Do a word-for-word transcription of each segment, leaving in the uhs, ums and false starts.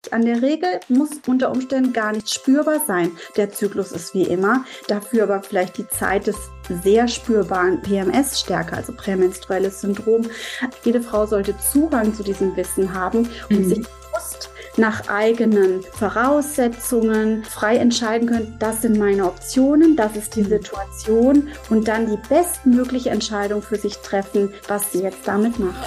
An der Regel muss unter Umständen gar nicht spürbar sein. Der Zyklus ist wie immer, dafür aber vielleicht die Zeit des sehr spürbaren P M S stärker, also prämenstruelles Syndrom. Jede Frau sollte Zugang zu diesem Wissen haben und mhm. sich bewusst nach eigenen Voraussetzungen frei entscheiden können, das sind meine Optionen, das ist die Situation und dann die bestmögliche Entscheidung für sich treffen, was sie jetzt damit macht.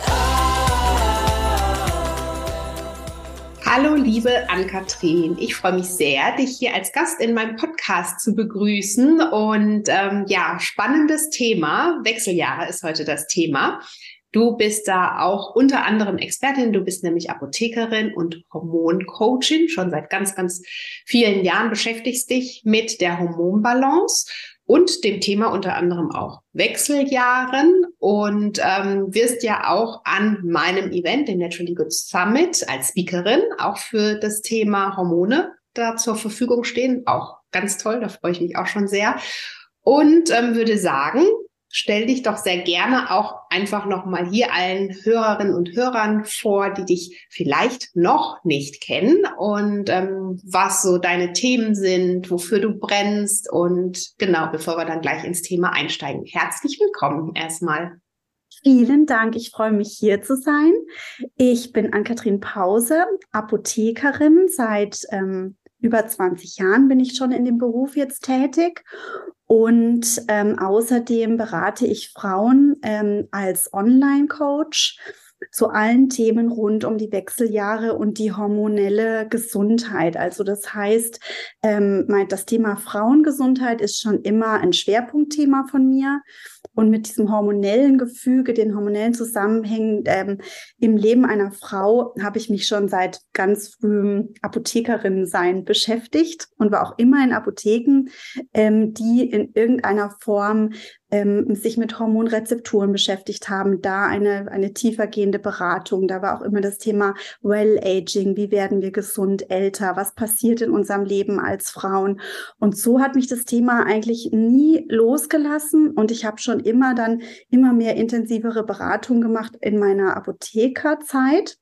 Hallo liebe Ann-Kathrin, ich freue mich sehr, dich hier als Gast in meinem Podcast zu begrüßen und ähm, ja, spannendes Thema, Wechseljahre ist heute das Thema. Du bist da auch unter anderem Expertin, du bist nämlich Apothekerin und Hormoncoachin, schon seit ganz, ganz vielen Jahren beschäftigst dich mit der Hormonbalance und dem Thema unter anderem auch Wechseljahren und ähm, wirst ja auch an meinem Event, dem Naturally Good Summit, als Speakerin auch für das Thema Hormone da zur Verfügung stehen. Auch ganz toll, da freue ich mich auch schon sehr. Und ähm, würde sagen, stell dich doch sehr gerne auch einfach nochmal hier allen Hörerinnen und Hörern vor, die dich vielleicht noch nicht kennen und ähm, was so deine Themen sind, wofür du brennst und genau, bevor wir dann gleich ins Thema einsteigen. Herzlich willkommen erstmal. Vielen Dank, ich freue mich hier zu sein. Ich bin Ann-Kathrin Pause, Apothekerin. Seit ähm, über zwanzig Jahren bin ich schon in dem Beruf jetzt tätig. Und ähm, außerdem berate ich Frauen ähm, als Online-Coach zu allen Themen rund um die Wechseljahre und die hormonelle Gesundheit. Also das heißt, ähm, das Thema Frauengesundheit ist schon immer ein Schwerpunktthema von mir. Und mit diesem hormonellen Gefüge, den hormonellen Zusammenhängen ähm, im Leben einer Frau habe ich mich schon seit ganz frühem Apothekerin-Sein beschäftigt und war auch immer in Apotheken, ähm, die in irgendeiner Form ähm, sich mit Hormonrezepturen beschäftigt haben. Da eine, eine tiefergehende Beratung. Da war auch immer das Thema Well-Aging. Wie werden wir gesund älter? Was passiert in unserem Leben als Frauen? Und so hat mich das Thema eigentlich nie losgelassen. Und ich habe schon immer dann immer mehr intensivere Beratung gemacht in meiner Apothekerzeit.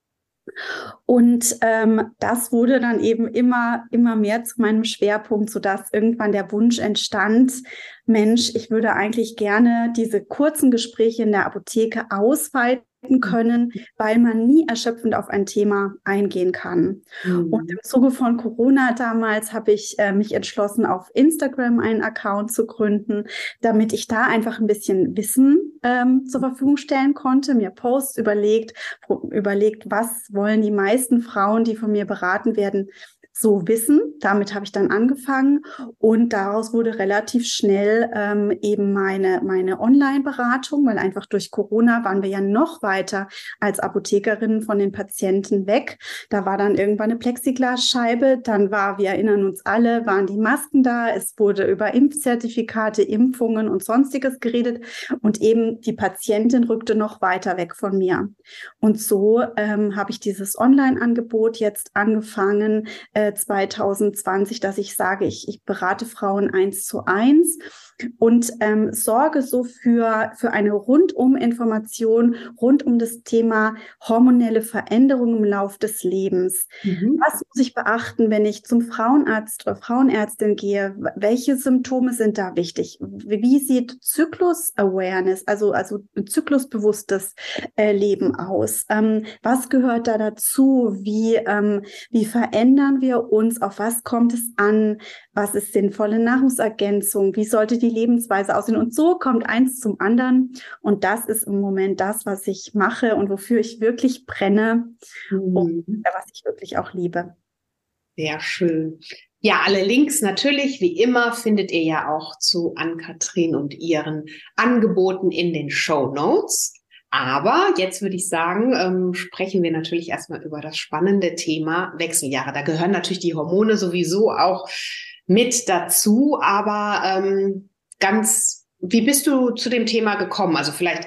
Und ähm, das wurde dann eben immer, immer mehr zu meinem Schwerpunkt, sodass irgendwann der Wunsch entstand, Mensch, ich würde eigentlich gerne diese kurzen Gespräche in der Apotheke ausweiten können, weil man nie erschöpfend auf ein Thema eingehen kann. Mhm. Und im Zuge von Corona damals habe ich äh, mich entschlossen, auf Instagram einen Account zu gründen, damit ich da einfach ein bisschen Wissen ähm, zur Verfügung stellen konnte, mir Posts überlegt, überlegt, was wollen die meisten Frauen, die von mir beraten werden, so wissen. Damit habe ich dann angefangen und daraus wurde relativ schnell ähm, eben meine, meine Online-Beratung, weil einfach durch Corona waren wir ja noch weiter als Apothekerinnen von den Patienten weg. Da war dann irgendwann eine Plexiglasscheibe, dann war, wir erinnern uns alle, waren die Masken da, es wurde über Impfzertifikate, Impfungen und Sonstiges geredet und eben die Patientin rückte noch weiter weg von mir. Und so ähm, habe ich dieses Online-Angebot jetzt angefangen, äh, zwanzig zwanzig, dass ich sage, ich, ich berate Frauen eins zu eins und ähm, sorge so für, für eine Rundum-Information rund um das Thema hormonelle Veränderungen im Lauf des Lebens. Mhm. Was muss ich beachten, wenn ich zum Frauenarzt oder Frauenärztin gehe? Welche Symptome sind da wichtig? Wie sieht Zyklus-Awareness, also, also ein zyklusbewusstes äh, Leben aus? Ähm, was gehört da dazu? Wie, ähm, wie verändern wir uns? Auf was kommt es an? Was ist sinnvolle Nahrungsergänzung? Wie sollte die Lebensweise aussehen? Und so kommt eins zum anderen. Und das ist im Moment das, was ich mache und wofür ich wirklich brenne mhm. und was ich wirklich auch liebe. Sehr schön. Ja, alle Links natürlich, wie immer, findet ihr ja auch zu Ann-Kathrin und ihren Angeboten in den Shownotes. Aber jetzt würde ich sagen, ähm, sprechen wir natürlich erstmal über das spannende Thema Wechseljahre. Da gehören natürlich die Hormone sowieso auch mit dazu. Aber ähm, ganz, wie bist du zu dem Thema gekommen? Also vielleicht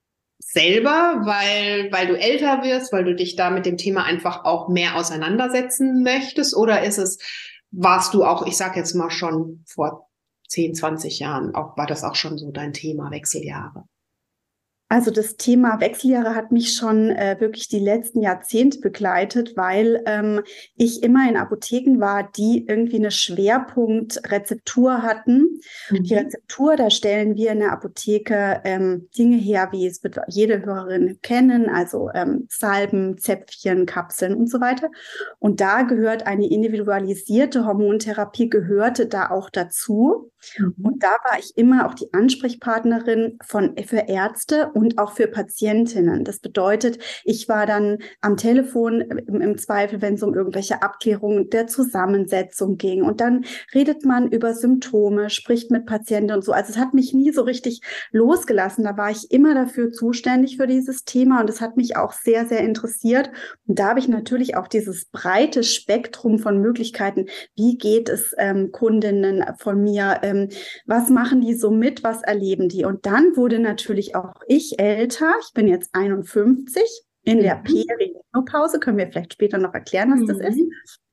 selber, weil, weil du älter wirst, weil du dich da mit dem Thema einfach auch mehr auseinandersetzen möchtest? Oder ist es, warst du auch, ich sag jetzt mal schon vor zehn, zwanzig Jahren, auch, war das auch schon so dein Thema, Wechseljahre? Also das Thema Wechseljahre hat mich schon äh, wirklich die letzten Jahrzehnte begleitet, weil ähm, ich immer in Apotheken war, die irgendwie eine Schwerpunktrezeptur hatten. Mhm. Die Rezeptur, da stellen wir in der Apotheke ähm, Dinge her, wie es wird jede Hörerin kennen, also ähm, Salben, Zäpfchen, Kapseln und so weiter. Und da gehört eine individualisierte Hormontherapie, gehörte da auch dazu. Mhm. Und da war ich immer auch die Ansprechpartnerin von, für Ärzte und auch für Patientinnen. Das bedeutet, ich war dann am Telefon im, im Zweifel, wenn es um irgendwelche Abklärungen der Zusammensetzung ging. Und dann redet man über Symptome, spricht mit Patienten und so. Also es hat mich nie so richtig losgelassen. Da war ich immer dafür zuständig für dieses Thema und es hat mich auch sehr, sehr interessiert. Und da habe ich natürlich auch dieses breite Spektrum von Möglichkeiten. Wie geht es ähm, Kundinnen von mir? Ähm, was machen die so mit? Was erleben die? Und dann wurde natürlich auch ich älter. Ich bin jetzt einundfünfzig in der mhm. Perimenopause. Können wir vielleicht später noch erklären, was mhm. das ist.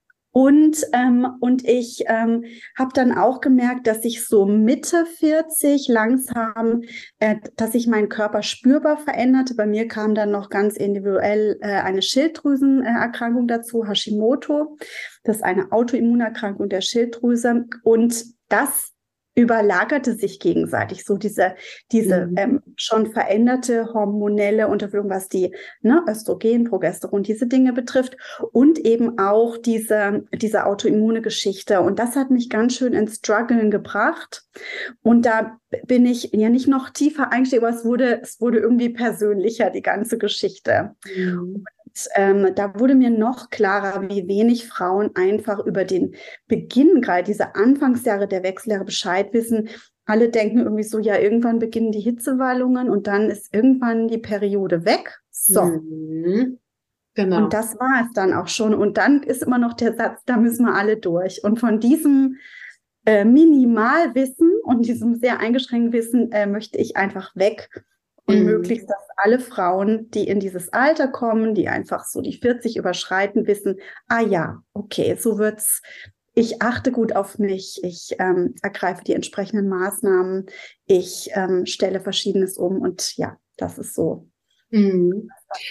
Und, ähm, und ich ähm, habe dann auch gemerkt, dass ich so Mitte vierzig langsam, äh, dass sich mein Körper spürbar veränderte. Bei mir kam dann noch ganz individuell äh, eine Schilddrüsenerkrankung dazu, Hashimoto. Das ist eine Autoimmunerkrankung der Schilddrüse. Und das überlagerte sich gegenseitig, so diese, diese mhm. ähm, schon veränderte hormonelle Unterführung, was die ne, Östrogen, Progesteron, diese Dinge betrifft und eben auch diese, diese autoimmune Geschichte. Und das hat mich ganz schön ins Struggeln gebracht. Und da bin ich ja nicht noch tiefer eingestiegen, aber es wurde, es wurde irgendwie persönlicher, die ganze Geschichte. Mhm. Ähm, da wurde mir noch klarer, wie wenig Frauen einfach über den Beginn, gerade diese Anfangsjahre der Wechseljahre Bescheid wissen. Alle denken irgendwie so, ja, irgendwann beginnen die Hitzewallungen und dann ist irgendwann die Periode weg. So. Mhm. Genau. Und das war es dann auch schon. Und dann ist immer noch der Satz, da müssen wir alle durch. Und von diesem äh, Minimalwissen und diesem sehr eingeschränkten Wissen äh, möchte ich einfach weg. Und mhm. möglichst, dass alle Frauen, die in dieses Alter kommen, die einfach so die vierzig überschreiten, wissen, ah ja, okay, so wird's. Ich achte gut auf mich, ich ähm, ergreife die entsprechenden Maßnahmen, ich ähm, stelle Verschiedenes um und ja, das ist so. Mhm.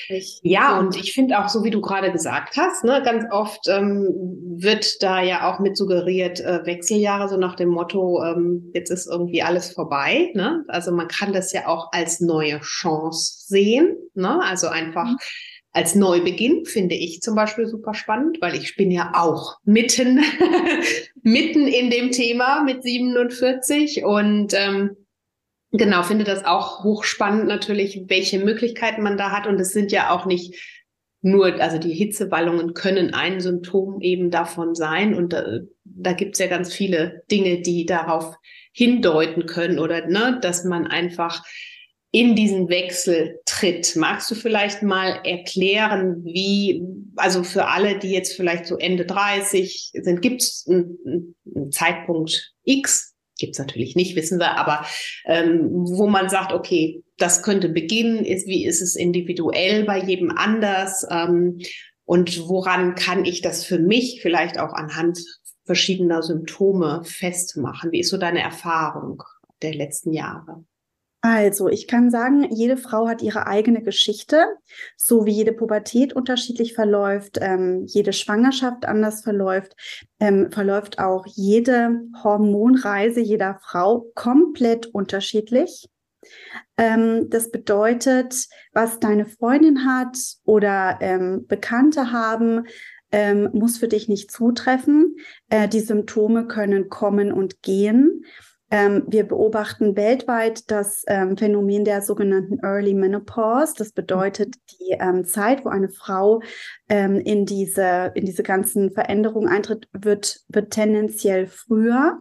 Ja, und ich finde auch, so wie du gerade gesagt hast, ne, ganz oft ähm, wird da ja auch mit suggeriert, äh, Wechseljahre, so nach dem Motto, ähm, jetzt ist irgendwie alles vorbei. Ne? Also man kann das ja auch als neue Chance sehen, ne? Also einfach mhm. als Neubeginn, finde ich zum Beispiel super spannend, weil ich bin ja auch mitten, mitten in dem Thema mit siebenundvierzig und ähm, genau, finde das auch hochspannend natürlich, welche Möglichkeiten man da hat. Und es sind ja auch nicht nur, also die Hitzewallungen können ein Symptom eben davon sein. Und da, da gibt es ja ganz viele Dinge, die darauf hindeuten können oder ne, dass man einfach in diesen Wechsel tritt. Magst du vielleicht mal erklären, wie, also für alle, die jetzt vielleicht so Ende dreißig sind, gibt es einen, einen Zeitpunkt X? Gibt's natürlich nicht, wissen wir, aber ähm, wo man sagt, okay, das könnte beginnen, ist, wie ist es individuell bei jedem anders ähm, und woran kann ich das für mich vielleicht auch anhand verschiedener Symptome festmachen? Wie ist so deine Erfahrung der letzten Jahre? Also, ich kann sagen, jede Frau hat ihre eigene Geschichte, so wie jede Pubertät unterschiedlich verläuft, ähm, jede Schwangerschaft anders verläuft, ähm, verläuft auch jede Hormonreise jeder Frau komplett unterschiedlich. Ähm, das bedeutet, was deine Freundin hat oder ähm, Bekannte haben, ähm, muss für dich nicht zutreffen. Äh, die Symptome können kommen und gehen. Ähm, wir beobachten weltweit das ähm, Phänomen der sogenannten Early Menopause. Das bedeutet die ähm, Zeit, wo eine Frau ähm, in diese, in diese ganzen Veränderungen eintritt, wird, wird tendenziell früher.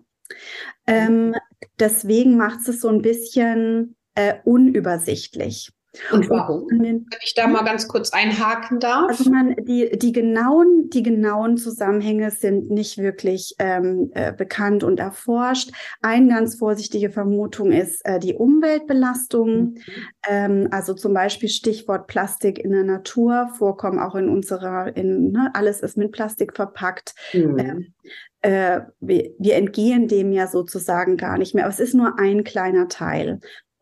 Ähm, deswegen macht es so ein bisschen äh, unübersichtlich. Und warum? Und den, wenn ich da mal ganz kurz einhaken darf. Also man, die, die genauen, die genauen Zusammenhänge sind nicht wirklich ähm, äh, bekannt und erforscht. Eine ganz vorsichtige Vermutung ist äh, die Umweltbelastung. Mhm. Ähm, also zum Beispiel Stichwort Plastik in der Natur, vorkommen auch in unserer, in, ne, alles ist mit Plastik verpackt. Mhm. Ähm, äh, wir, wir entgehen dem ja sozusagen gar nicht mehr. Aber es ist nur ein kleiner Teil.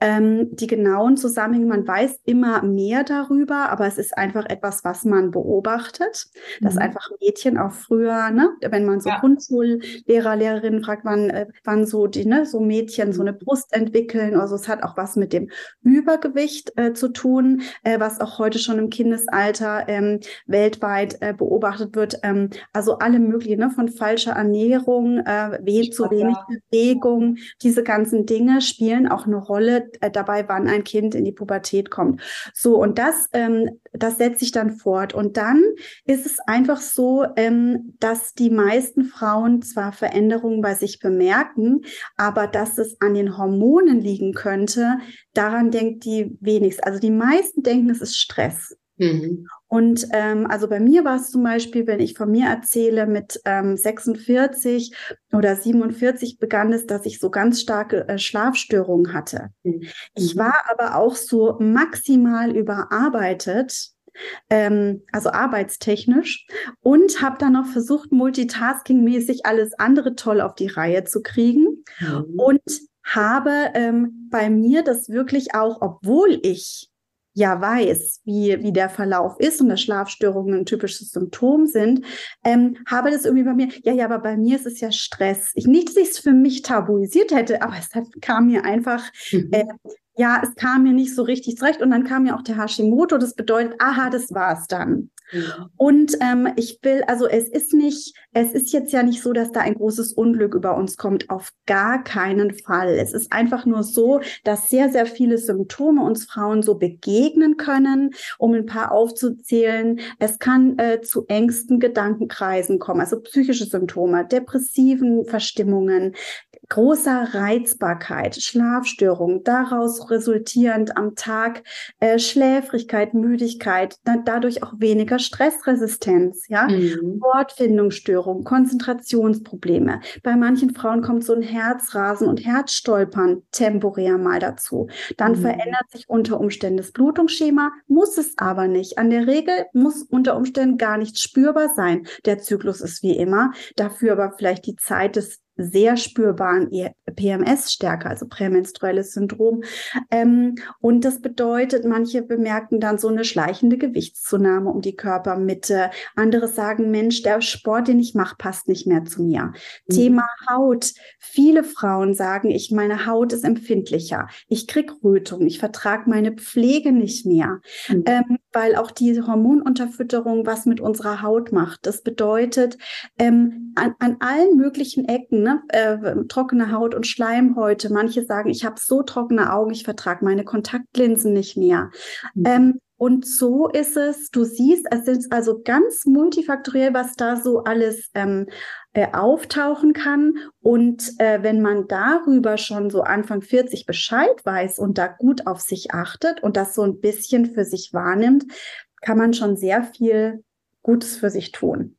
Ähm, die genauen Zusammenhänge, man weiß immer mehr darüber, aber es ist einfach etwas, was man beobachtet, mhm. dass einfach Mädchen auch früher, ne, wenn man so ja. Grundschullehrer, Lehrerinnen fragt, wann, äh, wann so die, ne, so Mädchen mhm. so eine Brust entwickeln, also es hat auch was mit dem Übergewicht äh, zu tun, äh, was auch heute schon im Kindesalter ähm, weltweit äh, beobachtet wird. Ähm, also alle möglichen, ne, von falscher Ernährung, äh, we- zu wenig Bewegung, diese ganzen Dinge spielen auch eine Rolle äh, dabei, wann ein Kind in die Pubertät kommt. So, und das, ähm, das setzt sich dann fort. Und dann ist es einfach so, ähm, dass die meisten Frauen zwar Veränderungen bei sich bemerken, aber dass es an den Hormonen liegen könnte, daran denkt die wenigst. Also die meisten denken, es ist Stress. Mhm. Und ähm, also bei mir war es zum Beispiel, wenn ich von mir erzähle, mit ähm, sechsundvierzig oder siebenundvierzig begann es, dass ich so ganz starke äh, Schlafstörungen hatte. Mhm. Ich war aber auch so maximal überarbeitet, ähm, also arbeitstechnisch, und habe dann noch versucht, multitaskingmäßig alles andere toll auf die Reihe zu kriegen. Mhm. Und habe ähm, bei mir das wirklich auch, obwohl ich ja weiß, wie, wie der Verlauf ist und dass Schlafstörungen ein typisches Symptom sind, ähm, habe das irgendwie bei mir, ja, ja, aber bei mir ist es ja Stress. Ich, nicht, dass ich es für mich tabuisiert hätte, aber es hat, kam mir einfach, mhm. äh, ja, es kam mir nicht so richtig zurecht. Und dann kam ja auch der Hashimoto, das bedeutet, aha, das war's dann. Mhm. Und ähm, ich will, also es ist nicht, es ist jetzt ja nicht so, dass da ein großes Unglück über uns kommt, auf gar keinen Fall. Es ist einfach nur so, dass sehr, sehr viele Symptome uns Frauen so begegnen können, um ein paar aufzuzählen. Es kann äh, zu Ängsten, Gedankenkreisen kommen, also psychische Symptome, depressiven Verstimmungen, großer Reizbarkeit, Schlafstörung, daraus resultierend am Tag äh, Schläfrigkeit, Müdigkeit, da, dadurch auch weniger Stressresistenz, ja, mhm. Wortfindungsstörung, Konzentrationsprobleme. Bei manchen Frauen kommt so ein Herzrasen und Herzstolpern temporär mal dazu. Dann mhm. verändert sich unter Umständen das Blutungsschema, muss es aber nicht. An der Regel muss unter Umständen gar nichts spürbar sein. Der Zyklus ist wie immer, dafür aber vielleicht die Zeit des sehr spürbaren P M S stärker, also prämenstruelles Syndrom. Ähm, und das bedeutet, manche bemerken dann so eine schleichende Gewichtszunahme um die Körpermitte. Andere sagen, Mensch, der Sport, den ich mache, passt nicht mehr zu mir. Mhm. Thema Haut. Viele Frauen sagen, ich, meine Haut ist empfindlicher. Ich kriege Rötung. Ich vertrage meine Pflege nicht mehr. Mhm. Ähm, weil auch die Hormonunterfütterung was mit unserer Haut macht. Das bedeutet, ähm, an, an allen möglichen Ecken, ne, äh, trockene Haut und Schleimhäute. Manche sagen, ich habe so trockene Augen, ich vertrage meine Kontaktlinsen nicht mehr. Mhm. Ähm, und so ist es, du siehst, es ist also ganz multifaktoriell, was da so alles ähm, äh, auftauchen kann. Und äh, wenn man darüber schon so Anfang vierzig Bescheid weiß und da gut auf sich achtet und das so ein bisschen für sich wahrnimmt, kann man schon sehr viel Gutes für sich tun.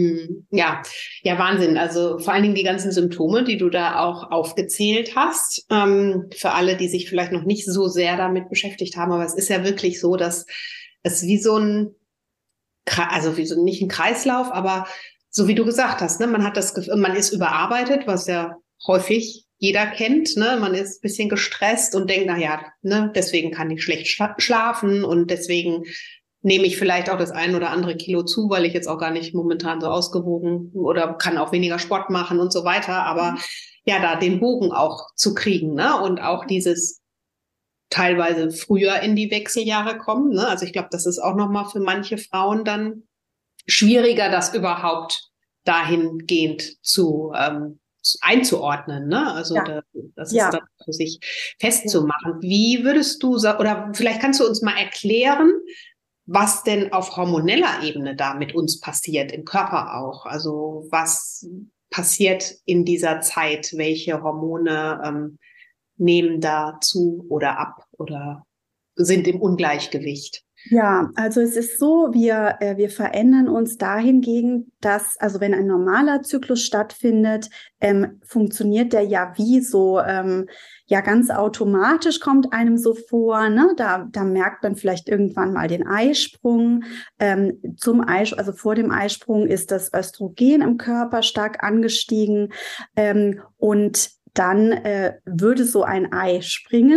Ja, ja, Wahnsinn. Also vor allen Dingen die ganzen Symptome, die du da auch aufgezählt hast, ähm, für alle, die sich vielleicht noch nicht so sehr damit beschäftigt haben. Aber es ist ja wirklich so, dass es wie so ein, also wie so nicht ein Kreislauf, aber so wie du gesagt hast, ne, man hat das Gefühl, man ist überarbeitet, was ja häufig jeder kennt, ne, man ist ein bisschen gestresst und denkt, na ja, ne, deswegen kann ich schlecht schlafen und deswegen nehme ich vielleicht auch das ein oder andere Kilo zu, weil ich jetzt auch gar nicht momentan so ausgewogen oder kann auch weniger Sport machen und so weiter. Aber mhm. ja, da den Bogen auch zu kriegen, ne? Und auch dieses teilweise früher in die Wechseljahre kommen, ne? Also ich glaube, das ist auch nochmal für manche Frauen dann schwieriger, das überhaupt dahingehend zu ähm, einzuordnen, ne? Also ja. da, das ist ja. dann für sich festzumachen. Wie würdest du, oder vielleicht kannst du uns mal erklären, was denn auf hormoneller Ebene da mit uns passiert, im Körper auch. Also was passiert in dieser Zeit? Welche Hormone ähm, nehmen da zu oder ab oder sind im Ungleichgewicht? Ja, also es ist so, wir, äh, wir verändern uns dahingegen, dass, also wenn ein normaler Zyklus stattfindet, ähm, funktioniert der ja wie so, ähm, ja ganz automatisch kommt einem so vor, ne? Da, da merkt man vielleicht irgendwann mal den Eisprung. Ähm, zum Eis, also vor dem Eisprung ist das Östrogen im Körper stark angestiegen ähm, und dann äh, würde so ein Ei springen.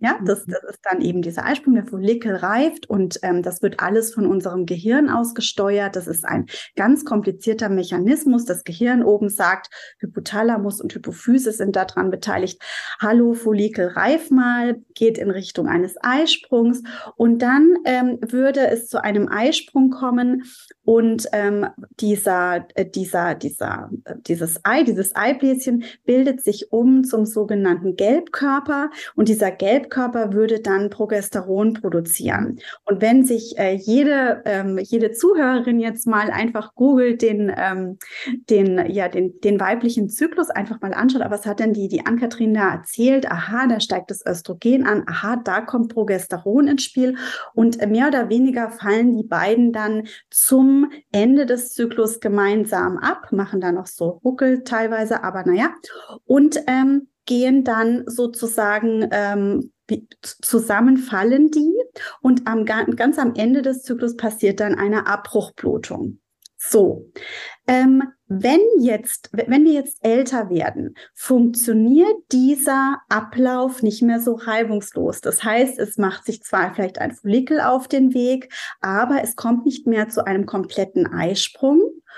Ja, das, das ist dann eben dieser Eisprung, der Follikel reift und ähm, das wird alles von unserem Gehirn aus gesteuert. Das ist ein ganz komplizierter Mechanismus. Das Gehirn oben sagt, Hypothalamus und Hypophyse sind daran beteiligt. Hallo, Follikel, reif mal, geht in Richtung eines Eisprungs und dann ähm, würde es zu einem Eisprung kommen und ähm, dieser, äh, dieser, dieser, äh, dieses Ei, dieses Eibläschen bildet sich um zum sogenannten Gelbkörper und dieser Gelbkörper Körper würde dann Progesteron produzieren. Und wenn sich äh, jede, ähm, jede Zuhörerin jetzt mal einfach googelt, den, ähm, den, ja, den, den weiblichen Zyklus einfach mal anschaut, aber was hat denn die, die Ann-Kathrin da erzählt? Aha, da steigt das Östrogen an, aha, da kommt Progesteron ins Spiel und äh, mehr oder weniger fallen die beiden dann zum Ende des Zyklus gemeinsam ab, machen da noch so Ruckel teilweise, aber naja, und ähm, gehen dann sozusagen ähm, zusammenfallen die und am, ganz am Ende des Zyklus passiert dann eine Abbruchblutung. So, ähm, wenn jetzt, wenn wir jetzt älter werden, funktioniert dieser Ablauf nicht mehr so reibungslos. Das heißt, es macht sich zwar vielleicht ein Follikel auf den Weg, aber es kommt nicht mehr zu einem kompletten Eisprung.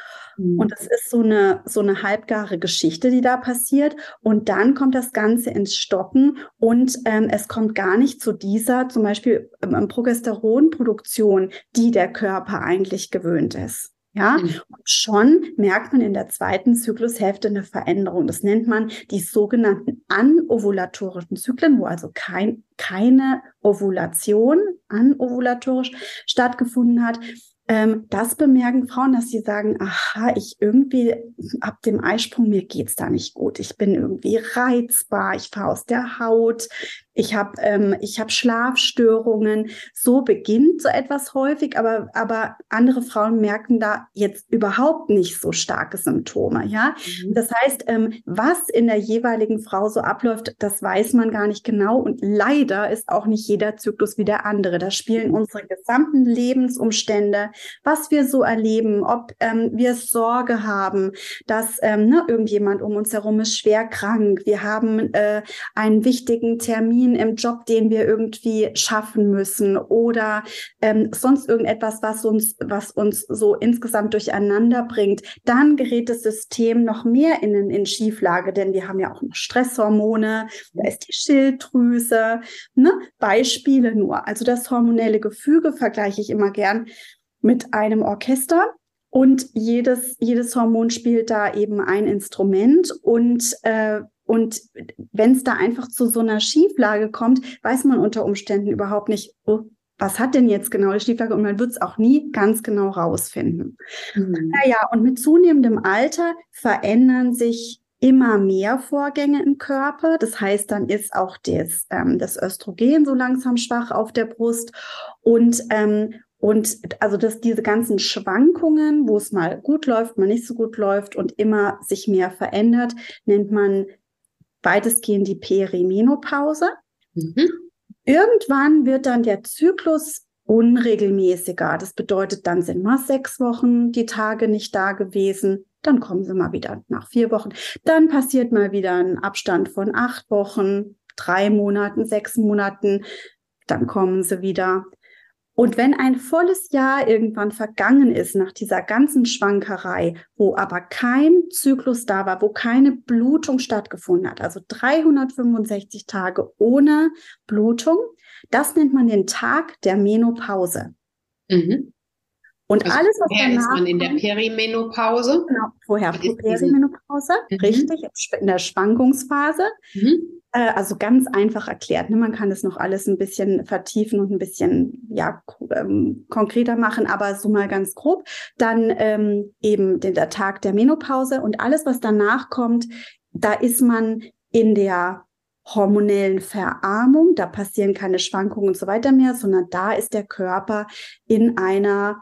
Und das ist so eine, so eine halbgare Geschichte, die da passiert. Und dann kommt das Ganze ins Stocken und ähm, es kommt gar nicht zu dieser zum Beispiel ähm, Progesteronproduktion, die der Körper eigentlich gewöhnt ist. Ja, mhm. Und schon merkt man in der zweiten Zyklushälfte eine Veränderung. Das nennt man die sogenannten anovulatorischen Zyklen, wo also kein, keine Ovulation anovulatorisch stattgefunden hat. Ähm, das bemerken Frauen, dass sie sagen, aha, ich irgendwie ab dem Eisprung, mir geht's da nicht gut. Ich bin irgendwie reizbar, ich fahre aus der Haut, ich habe ähm, ich hab Schlafstörungen. So beginnt so etwas häufig, aber, aber andere Frauen merken da jetzt überhaupt nicht so starke Symptome. Ja? Mhm. Das heißt, ähm, was in der jeweiligen Frau so abläuft, das weiß man gar nicht genau. Und leider ist auch nicht jeder Zyklus wie der andere. Da spielen unsere gesamten Lebensumstände, was wir so erleben, ob ähm, wir Sorge haben, dass ähm, ne, irgendjemand um uns herum ist schwer krank, wir haben äh, einen wichtigen Termin im Job, den wir irgendwie schaffen müssen oder ähm, sonst irgendetwas, was uns, was uns so insgesamt durcheinander bringt, dann gerät das System noch mehr in, in Schieflage, denn wir haben ja auch noch Stresshormone, da ist die Schilddrüse, ne? Beispiele nur. Also das hormonelle Gefüge vergleiche ich immer gern mit einem Orchester und jedes, jedes Hormon spielt da eben ein Instrument und äh, Und wenn es da einfach zu so einer Schieflage kommt, weiß man unter Umständen überhaupt nicht, oh, was hat denn jetzt genau die Schieflage? Und man wird es auch nie ganz genau rausfinden. Mhm. Naja, und mit zunehmendem Alter verändern sich immer mehr Vorgänge im Körper. Das heißt, dann ist auch das, ähm, das Östrogen so langsam schwach auf der Brust. Und ähm, Und also dass diese ganzen Schwankungen, wo es mal gut läuft, mal nicht so gut läuft und immer sich mehr verändert, nennt man weitestgehend die Perimenopause. Mhm. Irgendwann wird dann der Zyklus unregelmäßiger. Das bedeutet, dann sind mal sechs Wochen die Tage nicht da gewesen. Dann kommen sie mal wieder nach vier Wochen. Dann passiert mal wieder ein Abstand von acht Wochen, drei Monaten, sechs Monaten. Dann kommen sie wieder. Und wenn ein volles Jahr irgendwann vergangen ist nach dieser ganzen Schwankerei, wo aber kein Zyklus da war, wo keine Blutung stattgefunden hat, also dreihundertfünfundsechzig Tage ohne Blutung, das nennt man den Tag der Menopause. Mhm. Und also alles, was vorher ist man in der Perimenopause. Genau, vorher Perimenopause, mhm. Richtig, in der Schwankungsphase. Mhm. Äh, also ganz einfach erklärt. Ne? Man kann das noch alles ein bisschen vertiefen und ein bisschen ja, ähm, konkreter machen, aber so mal ganz grob. Dann ähm, eben den, der Tag der Menopause und alles, was danach kommt, da ist man in der hormonellen Verarmung, da passieren keine Schwankungen und so weiter mehr, sondern da ist der Körper in einer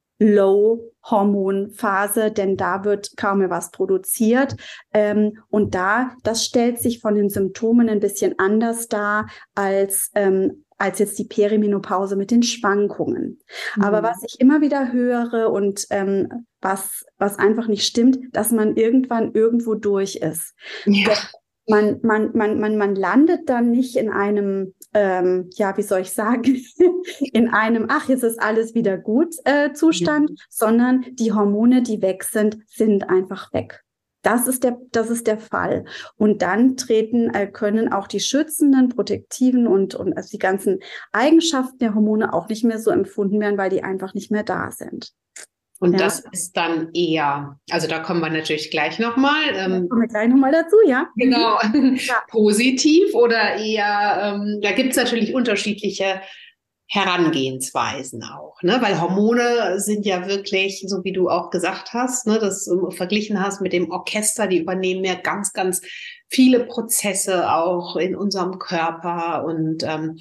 Low-Hormon-Phase, denn da wird kaum mehr was produziert. Ähm, und da, das stellt sich von den Symptomen ein bisschen anders dar als, ähm, als jetzt die Perimenopause mit den Schwankungen. Mhm. Aber was ich immer wieder höre und ähm, was, was einfach nicht stimmt, dass man irgendwann irgendwo durch ist. Ja. Man, man, man, man, man landet dann nicht in einem ähm, ja, wie soll ich sagen, in einem, ach, jetzt ist alles wieder gut äh, Zustand, mhm. sondern die Hormone, die weg sind, sind einfach weg. Das ist der, das ist der Fall. Und dann treten, äh, können auch die schützenden, protektiven und, und also die ganzen Eigenschaften der Hormone auch nicht mehr so empfunden werden, weil die einfach nicht mehr da sind. Und ja. das ist dann eher, also da kommen wir natürlich gleich nochmal. Ähm, kommen wir gleich nochmal dazu, ja. Genau, ja. Positiv oder eher, ähm, da gibt es natürlich unterschiedliche Herangehensweisen auch, ne? Weil Hormone sind ja wirklich, so wie du auch gesagt hast, ne, das du verglichen hast mit dem Orchester, die übernehmen ja ganz, ganz viele Prozesse auch in unserem Körper und ähm,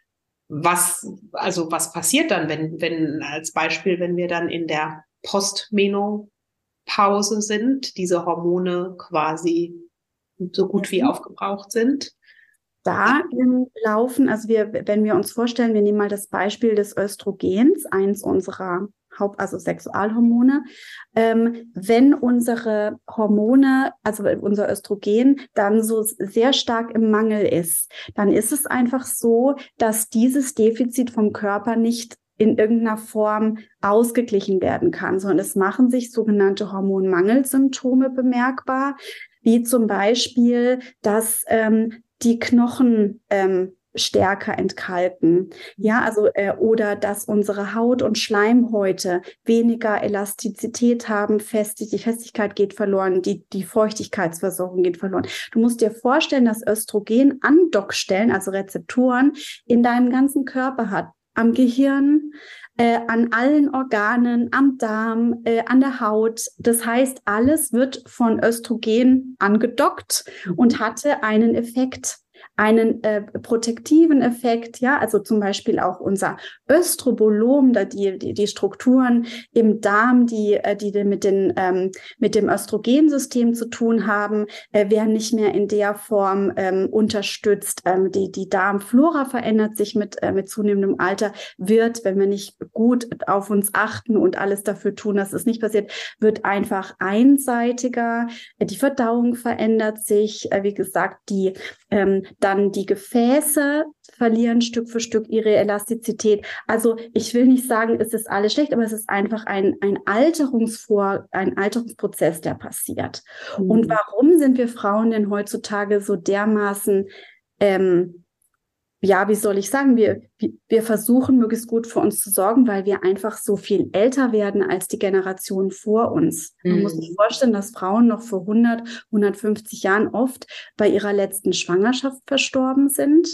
was, also was passiert dann, wenn, wenn als Beispiel, wenn wir dann in der Postmenopause sind, diese Hormone quasi so gut wie aufgebraucht sind? Da im Laufen, also wir, wenn wir uns vorstellen, wir nehmen mal das Beispiel des Östrogens, eins unserer Haupt-, also Sexualhormone. Ähm, wenn unsere Hormone, also unser Östrogen dann so sehr stark im Mangel ist, dann ist es einfach so, dass dieses Defizit vom Körper nicht in irgendeiner Form ausgeglichen werden kann, sondern es machen sich sogenannte Hormonmangelsymptome bemerkbar, wie zum Beispiel, dass ähm, die Knochen ähm, stärker entkalken, ja, also äh, oder dass unsere Haut und Schleimhäute weniger Elastizität haben, fest, die Festigkeit geht verloren, die die Feuchtigkeitsversorgung geht verloren. Du musst dir vorstellen, dass Östrogen Andockstellen, also Rezeptoren, in deinem ganzen Körper hat, am Gehirn, äh, an allen Organen, am Darm, äh, an der Haut. Das heißt, alles wird von Östrogen angedockt und hatte einen Effekt, einen äh, protektiven Effekt, ja, also zum Beispiel auch unser Östrobolom, da die, die, die Strukturen im Darm, die, äh, die mit, den, ähm, mit dem Östrogensystem zu tun haben, äh, werden nicht mehr in der Form ähm, unterstützt. Ähm, die, die Darmflora verändert sich mit, äh, mit zunehmendem Alter, wird, wenn wir nicht gut auf uns achten und alles dafür tun, dass es nicht passiert, wird einfach einseitiger. Die Verdauung verändert sich, äh, wie gesagt, die ähm, dann die Gefäße verlieren Stück für Stück ihre Elastizität. Also ich will nicht sagen, es ist alles schlecht, aber es ist einfach ein, ein Alterungsvor, ein Alterungsprozess, der passiert. Mhm. Und warum sind wir Frauen denn heutzutage so dermaßen, ähm, ja, wie soll ich sagen, wir, wir versuchen möglichst gut für uns zu sorgen, weil wir einfach so viel älter werden als die Generation vor uns. Man mhm. muss sich vorstellen, dass Frauen noch vor hundert, hundertfünfzig Jahren oft bei ihrer letzten Schwangerschaft verstorben sind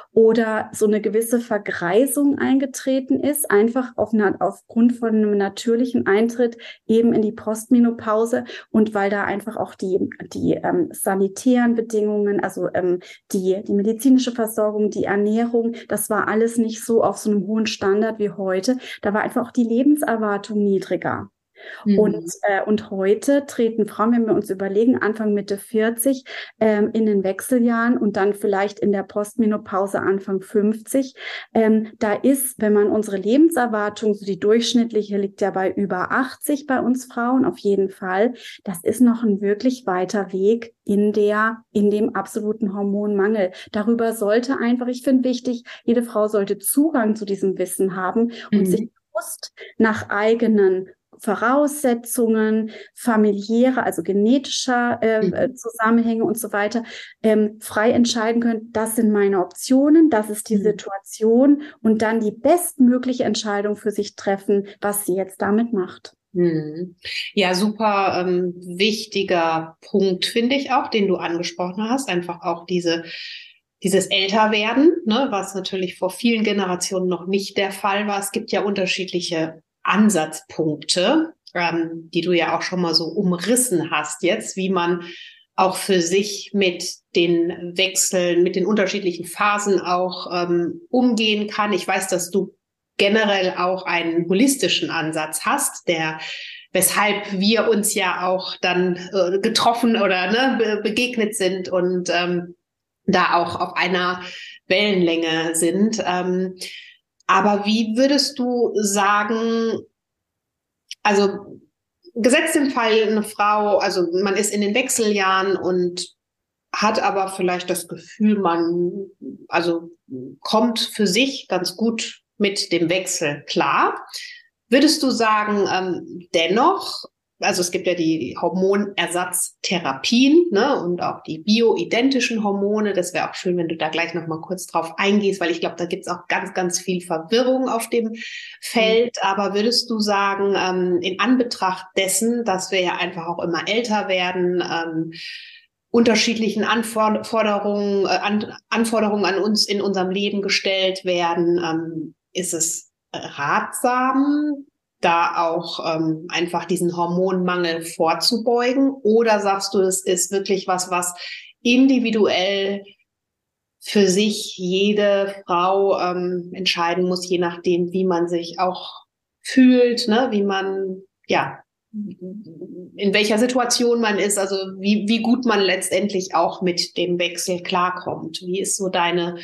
oder so eine gewisse Vergreisung eingetreten ist, einfach auf eine, aufgrund von einem natürlichen Eintritt eben in die Postmenopause und weil da einfach auch die, die ähm, sanitären Bedingungen, also ähm, die, die medizinische Versorgung, die Ernährung, das war alles nicht so auf so einem hohen Standard wie heute. Da war einfach auch die Lebenserwartung niedriger. Mhm. Und, äh, und heute treten Frauen, wenn wir uns überlegen, Anfang Mitte vierzig, ähm, in den Wechseljahren und dann vielleicht in der Postmenopause Anfang fünfzig, ähm, da ist, wenn man unsere Lebenserwartung, so die durchschnittliche liegt ja bei über achtzig bei uns Frauen auf jeden Fall, das ist noch ein wirklich weiter Weg in der, in dem absoluten Hormonmangel. Darüber sollte einfach, ich finde wichtig, jede Frau sollte Zugang zu diesem Wissen haben und mhm. sich bewusst nach eigenen Voraussetzungen, familiäre, also genetischer äh, mhm. Zusammenhänge und so weiter, ähm, frei entscheiden können, das sind meine Optionen, das ist die mhm. Situation und dann die bestmögliche Entscheidung für sich treffen, was sie jetzt damit macht. Ja, super ähm, wichtiger Punkt, finde ich auch, den du angesprochen hast, einfach auch diese Dieses Älterwerden, ne, was natürlich vor vielen Generationen noch nicht der Fall war. Es gibt ja unterschiedliche Ansatzpunkte, ähm, die du ja auch schon mal so umrissen hast jetzt, wie man auch für sich mit den Wechseln, mit den unterschiedlichen Phasen auch ähm, umgehen kann. Ich weiß, dass du generell auch einen holistischen Ansatz hast, der weshalb wir uns ja auch dann äh, getroffen oder ne, be- begegnet sind und ähm, da auch auf einer Wellenlänge sind. Ähm, aber wie würdest du sagen, also gesetzt im Fall eine Frau, also man ist in den Wechseljahren und hat aber vielleicht das Gefühl, man also kommt für sich ganz gut mit dem Wechsel klar. Würdest du sagen, ähm, dennoch, also es gibt ja die Hormonersatztherapien, ne, und auch die bioidentischen Hormone. Das wäre auch schön, wenn du da gleich noch mal kurz drauf eingehst, weil ich glaube, da gibt es auch ganz, ganz viel Verwirrung auf dem Feld. Mhm. Aber würdest du sagen, ähm, in Anbetracht dessen, dass wir ja einfach auch immer älter werden, ähm, unterschiedlichen Anforderungen, äh, an, Anforderungen an uns in unserem Leben gestellt werden, ähm, ist es ratsam, da auch ähm, einfach diesen Hormonmangel vorzubeugen? Oder sagst du, es ist wirklich was, was individuell für sich jede Frau ähm, entscheiden muss, je nachdem, wie man sich auch fühlt, ne? Wie man, ja, in welcher Situation man ist, also wie, wie gut man letztendlich auch mit dem Wechsel klarkommt. Wie ist so deine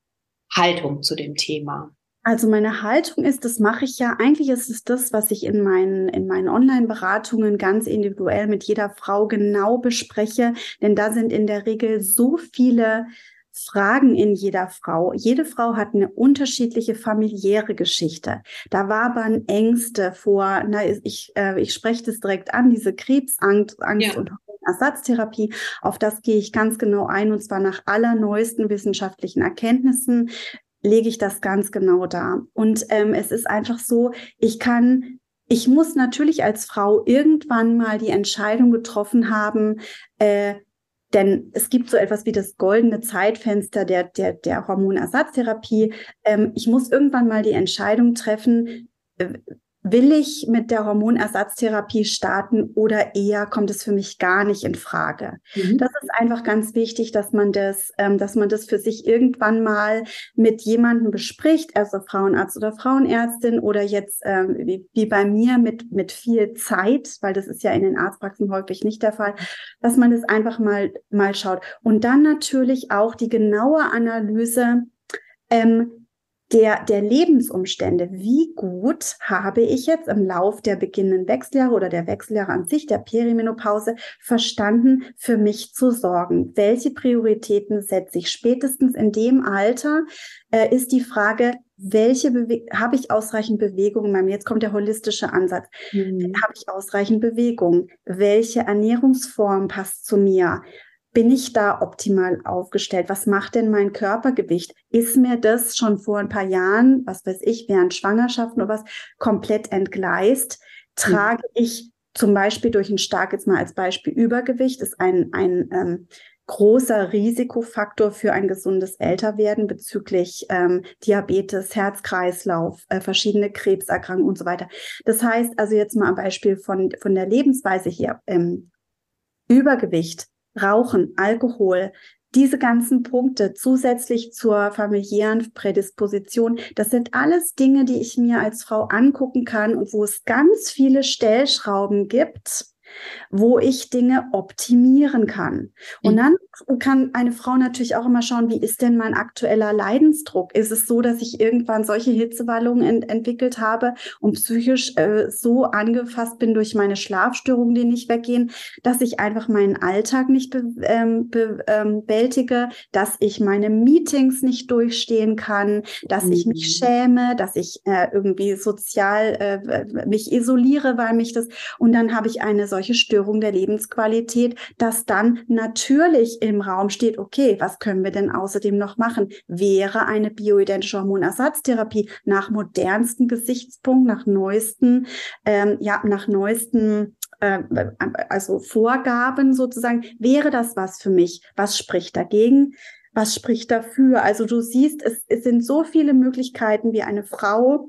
Haltung zu dem Thema? Also meine Haltung ist, das mache ich ja, eigentlich ist es das, was ich in meinen, in meinen Online-Beratungen ganz individuell mit jeder Frau genau bespreche, denn da sind in der Regel so viele Fragen in jeder Frau. Jede Frau hat eine unterschiedliche familiäre Geschichte. Da wabern Ängste vor, na, ich, äh, ich spreche das direkt an, diese Krebsangst Angst ja. und Ersatztherapie, auf das gehe ich ganz genau ein, und zwar nach allerneuesten wissenschaftlichen Erkenntnissen lege ich das ganz genau dar. Und ähm, es ist einfach so, ich kann, ich muss natürlich als Frau irgendwann mal die Entscheidung getroffen haben, äh, denn es gibt so etwas wie das goldene Zeitfenster der, der, der Hormonersatztherapie. Ähm, ich muss irgendwann mal die Entscheidung treffen, äh, will ich mit der Hormonersatztherapie starten oder eher kommt es für mich gar nicht in Frage? Mhm. Das ist einfach ganz wichtig, dass man das, ähm, dass man das für sich irgendwann mal mit jemandem bespricht, also Frauenarzt oder Frauenärztin oder jetzt ähm, wie, wie bei mir mit mit viel Zeit, weil das ist ja in den Arztpraxen häufig nicht der Fall, dass man das einfach mal mal schaut. Und dann natürlich auch die genaue Analyse ähm, Der, der Lebensumstände. Wie gut habe ich jetzt im Lauf der beginnenden Wechseljahre oder der Wechseljahre an sich, der Perimenopause, verstanden, für mich zu sorgen? Welche Prioritäten setze ich? Spätestens in dem Alter äh, ist die Frage, welche Bewe- habe ich ausreichend Bewegung in meinem, jetzt kommt der holistische Ansatz, mhm. habe ich ausreichend Bewegung? Welche Ernährungsform passt zu mir? Bin ich da optimal aufgestellt? Was macht denn mein Körpergewicht? Ist mir das schon vor ein paar Jahren, was weiß ich, während Schwangerschaften oder was, komplett entgleist? Trage mhm. ich zum Beispiel durch ein stark, jetzt mal als Beispiel, Übergewicht, ist ein, ein ähm, großer Risikofaktor für ein gesundes Älterwerden bezüglich ähm, Diabetes, Herz-Kreislauf, äh, verschiedene Krebserkrankungen und so weiter. Das heißt also jetzt mal ein Beispiel von, von der Lebensweise hier. Ähm, Übergewicht, Rauchen, Alkohol, diese ganzen Punkte zusätzlich zur familiären Prädisposition, das sind alles Dinge, die ich mir als Frau angucken kann und wo es ganz viele Stellschrauben gibt, wo ich Dinge optimieren kann. Und dann kann eine Frau natürlich auch immer schauen, wie ist denn mein aktueller Leidensdruck? Ist es so, dass ich irgendwann solche Hitzewallungen ent- entwickelt habe und psychisch äh, so angefasst bin durch meine Schlafstörungen, die nicht weggehen, dass ich einfach meinen Alltag nicht be- ähm, be- ähm, bewältige, dass ich meine Meetings nicht durchstehen kann, dass mhm. ich mich schäme, dass ich äh, irgendwie sozial äh, mich isoliere, weil mich das, und dann habe ich eine solche Störung der Lebensqualität, dass dann natürlich im Raum steht, okay, was können wir denn außerdem noch machen? Wäre eine bioidentische Hormonersatztherapie nach modernsten Gesichtspunkten, nach neuesten, ähm, ja, nach neuesten äh, also Vorgaben sozusagen, wäre das was für mich? Was spricht dagegen? Was spricht dafür? Also du siehst, es, es sind so viele Möglichkeiten, wie eine Frau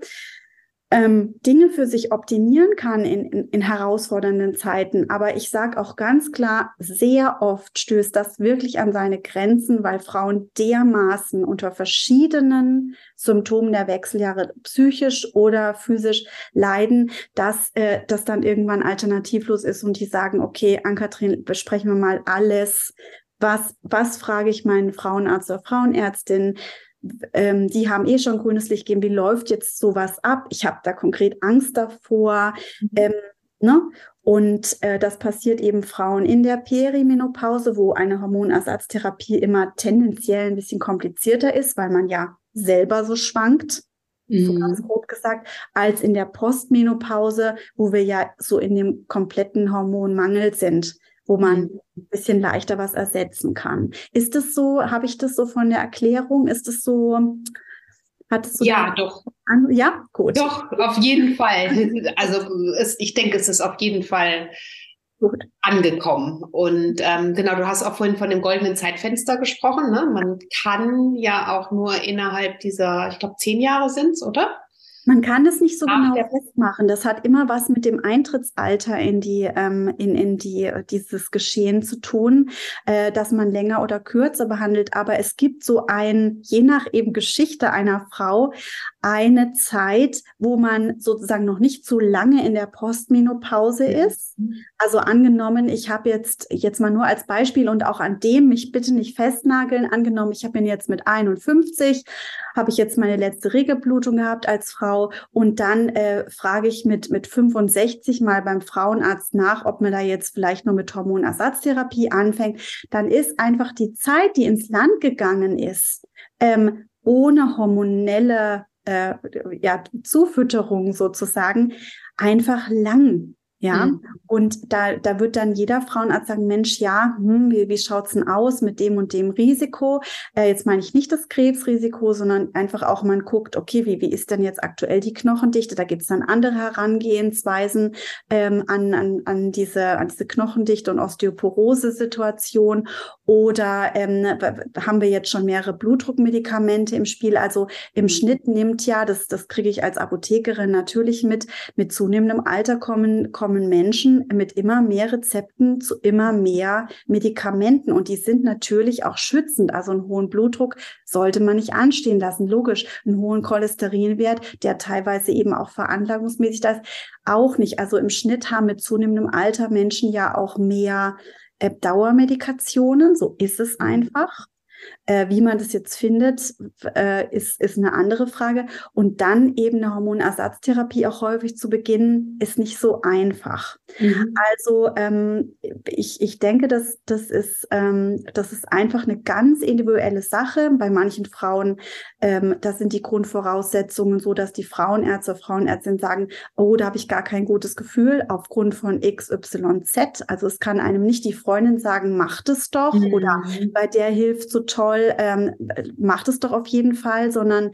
Ähm, Dinge für sich optimieren kann in, in, in herausfordernden Zeiten. Aber ich sage auch ganz klar, sehr oft stößt das wirklich an seine Grenzen, weil Frauen dermaßen unter verschiedenen Symptomen der Wechseljahre psychisch oder physisch leiden, dass äh, das dann irgendwann alternativlos ist und die sagen, okay, Ann-Kathrin, besprechen wir mal alles. Was, was frage ich meinen Frauenarzt oder Frauenärztin? Ähm, die haben eh schon grünes Licht gegeben, wie läuft jetzt sowas ab? Ich habe da konkret Angst davor. Mhm. Ähm, Ne? Und äh, das passiert eben Frauen in der Perimenopause, wo eine Hormonersatztherapie immer tendenziell ein bisschen komplizierter ist, weil man ja selber so schwankt, so ganz Mhm. grob gesagt, als in der Postmenopause, wo wir ja so in dem kompletten Hormonmangel sind, wo man Mhm. ein bisschen leichter was ersetzen kann. Ist das so, habe ich das so von der Erklärung, ist das so, hattest du da Ja, doch. an? Ja, gut. Doch, auf jeden Fall. Also es, ich denke, es ist auf jeden Fall Gut. angekommen. Und ähm, genau, du hast auch vorhin von dem goldenen Zeitfenster gesprochen. Ne? Man kann ja auch nur innerhalb dieser, ich glaube, zehn Jahre sind's, oder? Man kann das nicht so Nach genau der. festmachen. Das hat immer was mit dem Eintrittsalter in die, ähm, in, in die, dieses Geschehen zu tun, äh, dass man länger oder kürzer behandelt. Aber es gibt so ein, je nach eben Geschichte einer Frau, eine Zeit, wo man sozusagen noch nicht so lange in der Postmenopause ist. Mhm. Also angenommen, ich habe jetzt, jetzt mal nur als Beispiel und auch an dem mich bitte nicht festnageln, angenommen, ich habe ihn jetzt mit einundfünfzig, habe ich jetzt meine letzte Regelblutung gehabt als Frau und dann äh, frage ich mit, mit fünfundsechzig mal beim Frauenarzt nach, ob man da jetzt vielleicht nur mit Hormonersatztherapie anfängt, dann ist einfach die Zeit, die ins Land gegangen ist, ähm, ohne hormonelle äh, ja, Zufütterung sozusagen, einfach lang. Ja, Mhm. und da, da wird dann jeder Frauenarzt sagen, Mensch, ja, hm, wie, wie schaut's denn aus mit dem und dem Risiko? Äh, jetzt meine ich nicht das Krebsrisiko, sondern einfach auch, man guckt, okay, wie, wie ist denn jetzt aktuell die Knochendichte? Da gibt's dann andere Herangehensweisen ähm, an, an, an, diese, an diese Knochendichte und Osteoporose-Situation. Oder ähm, haben wir jetzt schon mehrere Blutdruckmedikamente im Spiel? Also im Schnitt nimmt ja, das, das kriege ich als Apothekerin natürlich mit, mit zunehmendem Alter kommen, kommen Menschen mit immer mehr Rezepten zu immer mehr Medikamenten und die sind natürlich auch schützend. Also einen hohen Blutdruck sollte man nicht anstehen lassen. Logisch, einen hohen Cholesterinwert, der teilweise eben auch veranlagungsmäßig da ist, auch nicht. Also im Schnitt haben mit zunehmendem Alter Menschen ja auch mehr äh, Dauermedikationen. So ist es einfach. Äh, wie man das jetzt findet, äh, ist, ist eine andere Frage. Und dann eben eine Hormonersatztherapie auch häufig zu beginnen, ist nicht so einfach. Mhm. Also ähm, ich, ich denke, dass das ist, ähm, das ist einfach eine ganz individuelle Sache. Bei manchen Frauen, ähm, das sind die Grundvoraussetzungen so, dass die Frauenärzte, Frauenärztinnen sagen, oh, da habe ich gar kein gutes Gefühl aufgrund von X Y Z. Also es kann einem nicht die Freundin sagen, macht es doch oder Mhm. bei der hilft so toll, ähm, macht es doch auf jeden Fall, sondern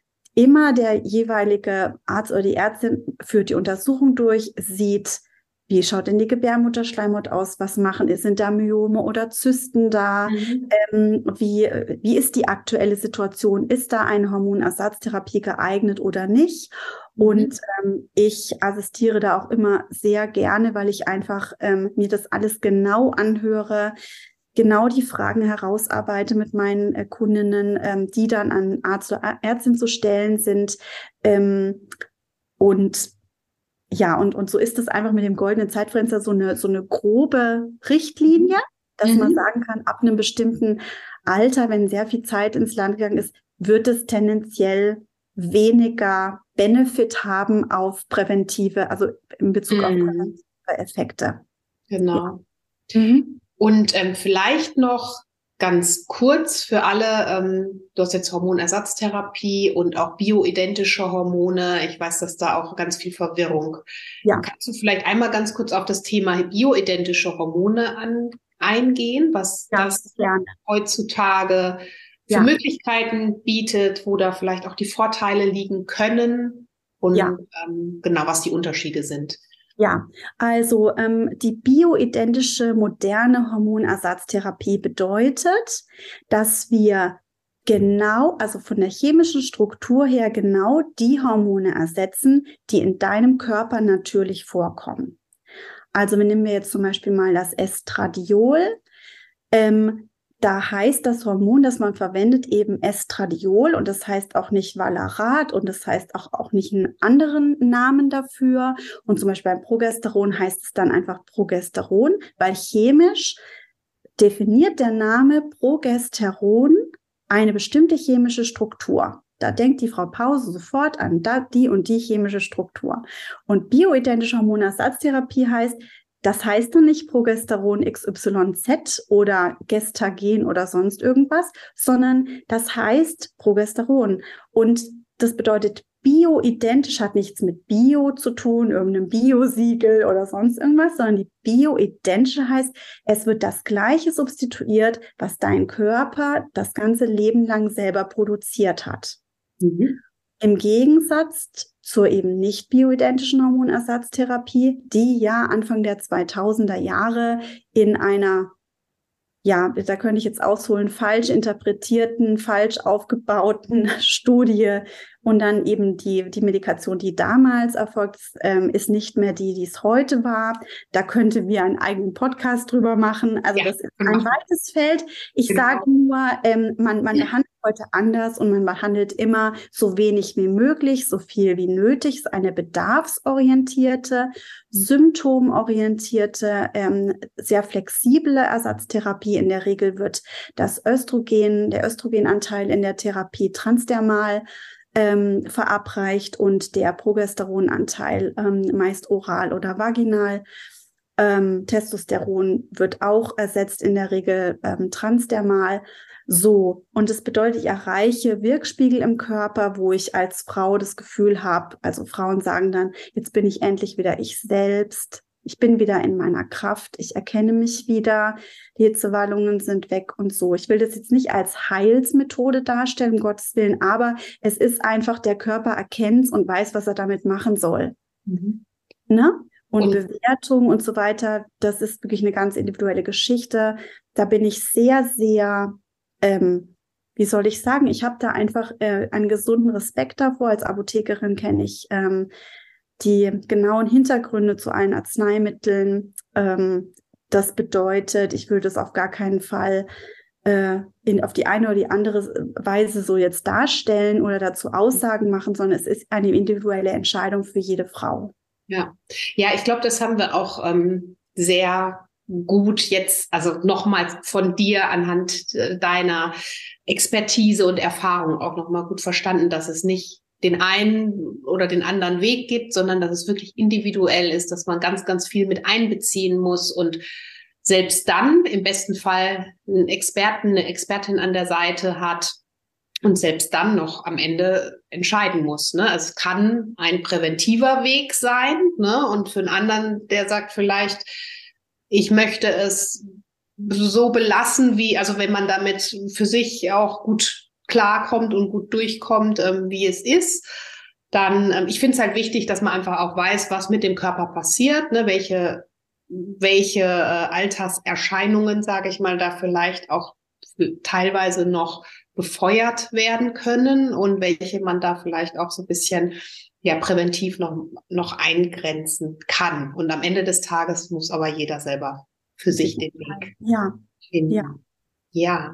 immer der jeweilige Arzt oder die Ärztin führt die Untersuchung durch, sieht, wie schaut denn die Gebärmutterschleimhaut aus, was machen, sind da Myome oder Zysten da, Mhm. ähm, wie, wie ist die aktuelle Situation, ist da eine Hormonersatztherapie geeignet oder nicht? Und Mhm. ähm, ich assistiere da auch immer sehr gerne, weil ich einfach ähm, mir das alles genau anhöre, genau die Fragen herausarbeite mit meinen äh, Kundinnen, ähm, die dann an Arzt oder Ärztin zu stellen sind. Ähm, und ja, und, und so ist es einfach mit dem goldenen Zeitfenster so eine, so eine grobe Richtlinie, dass man Mhm. sagen kann, ab einem bestimmten Alter, wenn sehr viel Zeit ins Land gegangen ist, wird es tendenziell weniger Benefit haben auf präventive, also in Bezug auf Mhm. präventive Effekte. Ja. Genau. Mhm. Und ähm, vielleicht noch ganz kurz für alle, ähm, du hast jetzt Hormonersatztherapie und auch bioidentische Hormone. Ich weiß, dass da auch ganz viel Verwirrung. Ja, Kannst du vielleicht einmal ganz kurz auf das Thema bioidentische Hormone an, eingehen, was ja, das gerne. heutzutage für Ja, Möglichkeiten bietet, wo da vielleicht auch die Vorteile liegen können ja. und ähm, genau, was die Unterschiede sind? Ja, also ähm, die bioidentische moderne Hormonersatztherapie bedeutet, dass wir genau, also von der chemischen Struktur her genau die Hormone ersetzen, die in deinem Körper natürlich vorkommen. Also wir nehmen wir jetzt zum Beispiel mal das Estradiol. Ähm, Da heißt das Hormon, das man verwendet, eben Estradiol und das heißt auch nicht Valarat und das heißt auch, auch nicht einen anderen Namen dafür. Und zum Beispiel beim Progesteron heißt es dann einfach Progesteron, weil chemisch definiert der Name Progesteron eine bestimmte chemische Struktur. da denkt die Frau Pause sofort an da, die und die chemische Struktur. Und bioidentische Hormonersatztherapie heißt, das heißt dann nicht Progesteron X Y Z oder Gestagen oder sonst irgendwas, sondern das heißt Progesteron. Und das bedeutet, bioidentisch hat nichts mit Bio zu tun, irgendeinem Biosiegel oder sonst irgendwas, sondern die bioidentische heißt, es wird das Gleiche substituiert, was dein Körper das ganze Leben lang selber produziert hat. Mhm. Im Gegensatz zur eben nicht bioidentischen Hormonersatztherapie, die ja Anfang der zweitausender Jahre in einer, ja, da könnte ich jetzt ausholen, falsch interpretierten, falsch aufgebauten Studie und dann eben die, die Medikation, die damals erfolgt ist, ähm, ist nicht mehr die, die es heute war. Da könnten wir einen eigenen Podcast drüber machen. Also ja, das ist ein genau. weites Feld. Ich genau. sage nur, ähm, man, man behandelt heute anders und man behandelt immer so wenig wie möglich, so viel wie nötig. Es ist eine bedarfsorientierte, symptomorientierte, ähm, sehr flexible Ersatztherapie. In der Regel wird das Östrogen, der Östrogenanteil in der Therapie transdermal ähm, verabreicht und der Progesteronanteil ähm, meist oral oder vaginal. Ähm, Testosteron wird auch ersetzt, in der Regel ähm, transdermal. So, und das bedeutet, ich erreiche Wirkspiegel im Körper, wo ich als Frau das Gefühl habe, also Frauen sagen dann, jetzt bin ich endlich wieder ich selbst, ich bin wieder in meiner Kraft, ich erkenne mich wieder, die Hitzewallungen sind weg und so. Ich will das jetzt nicht als Heilsmethode darstellen, um Gottes Willen, aber es ist einfach, der Körper erkennt es und weiß, was er damit machen soll. Mhm. Ne? Und, und Bewertung und so weiter, das ist wirklich eine ganz individuelle Geschichte. Da bin ich sehr, sehr Ähm, wie soll ich sagen, ich habe da einfach äh, einen gesunden Respekt davor. Als Apothekerin kenne ich ähm, die genauen Hintergründe zu allen Arzneimitteln. Ähm, das bedeutet, ich würde es auf gar keinen Fall äh, in, auf die eine oder die andere Weise so jetzt darstellen oder dazu Aussagen machen, sondern es ist eine individuelle Entscheidung für jede Frau. Ja, ja, ich glaube, das haben wir auch ähm, sehr gut jetzt, also nochmal von dir anhand deiner Expertise und Erfahrung auch nochmal gut verstanden, dass es nicht den einen oder den anderen Weg gibt, sondern dass es wirklich individuell ist, dass man ganz, ganz viel mit einbeziehen muss und selbst dann im besten Fall einen Experten, eine Expertin an der Seite hat und selbst dann noch am Ende entscheiden muss. Ne? Also es kann ein präventiver Weg sein, ne? Und für einen anderen, der sagt vielleicht, ich möchte es so belassen, wie, also wenn man damit für sich auch gut klarkommt und gut durchkommt, ähm, wie es ist, dann, ähm, ich finde es halt wichtig, dass man einfach auch weiß, was mit dem Körper passiert, ne, welche, welche äh, Alterserscheinungen, sage ich mal, da vielleicht auch teilweise noch befeuert werden können und welche man da vielleicht auch so ein bisschen ja präventiv noch, noch eingrenzen kann. Und am Ende des Tages muss aber jeder selber für sich den Weg ja. finden. Ja, ja,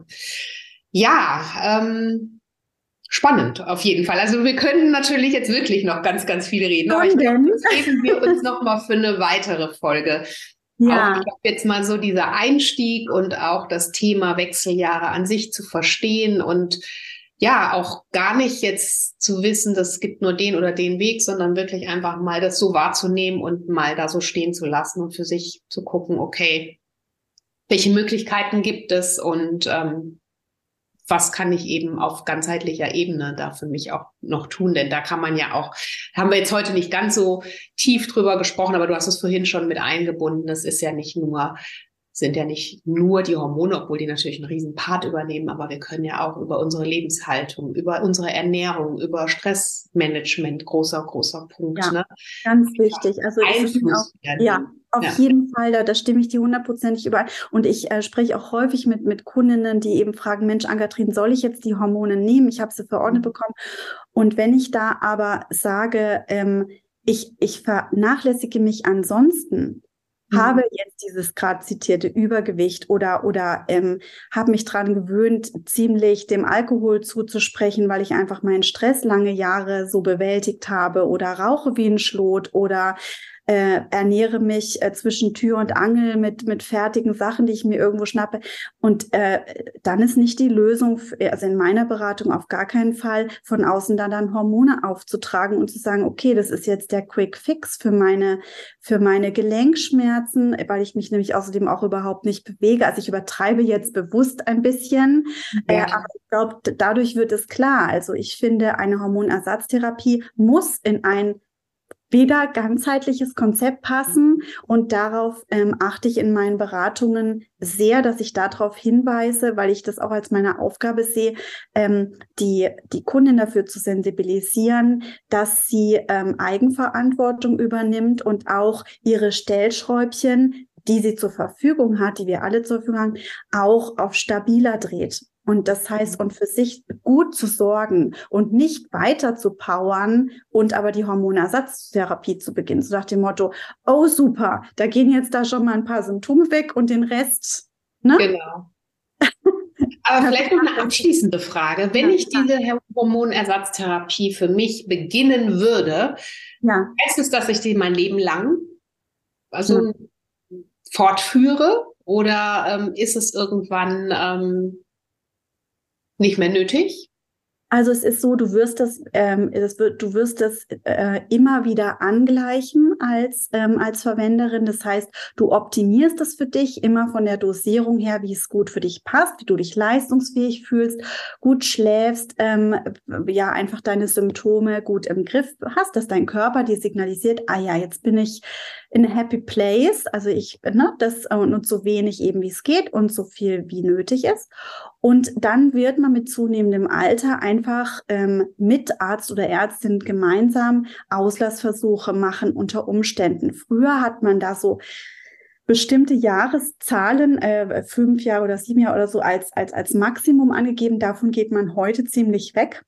ja ähm, spannend auf jeden Fall. Also wir können natürlich jetzt wirklich noch ganz, ganz viel reden, aber ich glaube, das geben wir uns noch mal für eine weitere Folge. Ja. Auch ich glaube, jetzt mal so dieser Einstieg und auch das Thema Wechseljahre an sich zu verstehen und ja, auch gar nicht jetzt zu wissen, das gibt nur den oder den Weg, sondern wirklich einfach mal das so wahrzunehmen und mal da so stehen zu lassen und für sich zu gucken, okay, welche Möglichkeiten gibt es und ähm, was kann ich eben auf ganzheitlicher Ebene da für mich auch noch tun? Denn da kann man ja auch, haben wir jetzt heute nicht ganz so tief drüber gesprochen, aber du hast es vorhin schon mit eingebunden. Es ist ja nicht nur, sind ja nicht nur die Hormone, obwohl die natürlich einen riesen Part übernehmen, aber wir können ja auch über unsere Lebenshaltung, über unsere Ernährung, über Stressmanagement, großer, großer Punkt. Ja, ne? Ganz wichtig. Also Einfluss auch, ja, auf ja. jeden Fall, da, da stimme ich dir hundertprozentig überein. Und ich äh, spreche auch häufig mit, mit Kundinnen, die eben fragen, Mensch, Ann-Kathrin, soll ich jetzt die Hormone nehmen? Ich habe sie verordnet mhm. bekommen. Und wenn ich da aber sage, ähm, ich, ich vernachlässige mich ansonsten, mhm. habe jetzt dieses gerade zitierte Übergewicht oder, oder ähm, habe mich daran gewöhnt, ziemlich dem Alkohol zuzusprechen, weil ich einfach meinen Stress lange Jahre so bewältigt habe oder rauche wie ein Schlot oder äh, ernähre mich äh, zwischen Tür und Angel mit, mit fertigen Sachen, die ich mir irgendwo schnappe. Und äh, dann ist nicht die Lösung, also in meiner Beratung auf gar keinen Fall, von außen da dann Hormone aufzutragen und zu sagen, okay, das ist jetzt der Quick Fix für meine, für meine Gelenkschmerzen, weil ich mich nämlich außerdem auch überhaupt nicht bewege. Also ich übertreibe jetzt bewusst ein bisschen, Ja. äh, aber ich glaube, dadurch wird es klar. Also ich finde, eine Hormonersatztherapie muss in ein wieder ganzheitliches Konzept passen und darauf ähm, achte ich in meinen Beratungen sehr, dass ich darauf hinweise, weil ich das auch als meine Aufgabe sehe, ähm, die, die Kundin dafür zu sensibilisieren, dass sie ähm, Eigenverantwortung übernimmt und auch ihre Stellschräubchen, die sie zur Verfügung hat, die wir alle zur Verfügung haben, auch auf stabiler dreht. Und das heißt, und für sich gut zu sorgen und nicht weiter zu powern und aber die Hormonersatztherapie zu beginnen. So nach dem Motto, oh super, da gehen jetzt da schon mal ein paar Symptome weg und den Rest, ne? Genau. Aber vielleicht noch eine abschließende Frage. Wenn ich diese Hormonersatztherapie für mich beginnen würde, ja. heißt es, dass ich die mein Leben lang also ja. fortführe? Oder ähm, ist es irgendwann ähm, nicht mehr nötig? Also es ist so, du wirst das, ähm, das wird, du wirst das äh, immer wieder angleichen als ähm, als Verwenderin. Das heißt, du optimierst das für dich immer von der Dosierung her, wie es gut für dich passt, wie du dich leistungsfähig fühlst, gut schläfst, ähm, ja einfach deine Symptome gut im Griff hast, dass dein Körper dir signalisiert, ah ja, jetzt bin ich in a happy place. Also ich, ne, das und so wenig eben wie es geht und so viel wie nötig ist. Und dann wird man mit zunehmendem Alter einfach ähm, mit Arzt oder Ärztin gemeinsam Auslassversuche machen unter Umständen. Früher hat man da so bestimmte Jahreszahlen, äh, fünf Jahre oder sieben Jahre oder so als, als, als Maximum angegeben. Davon geht man heute ziemlich weg.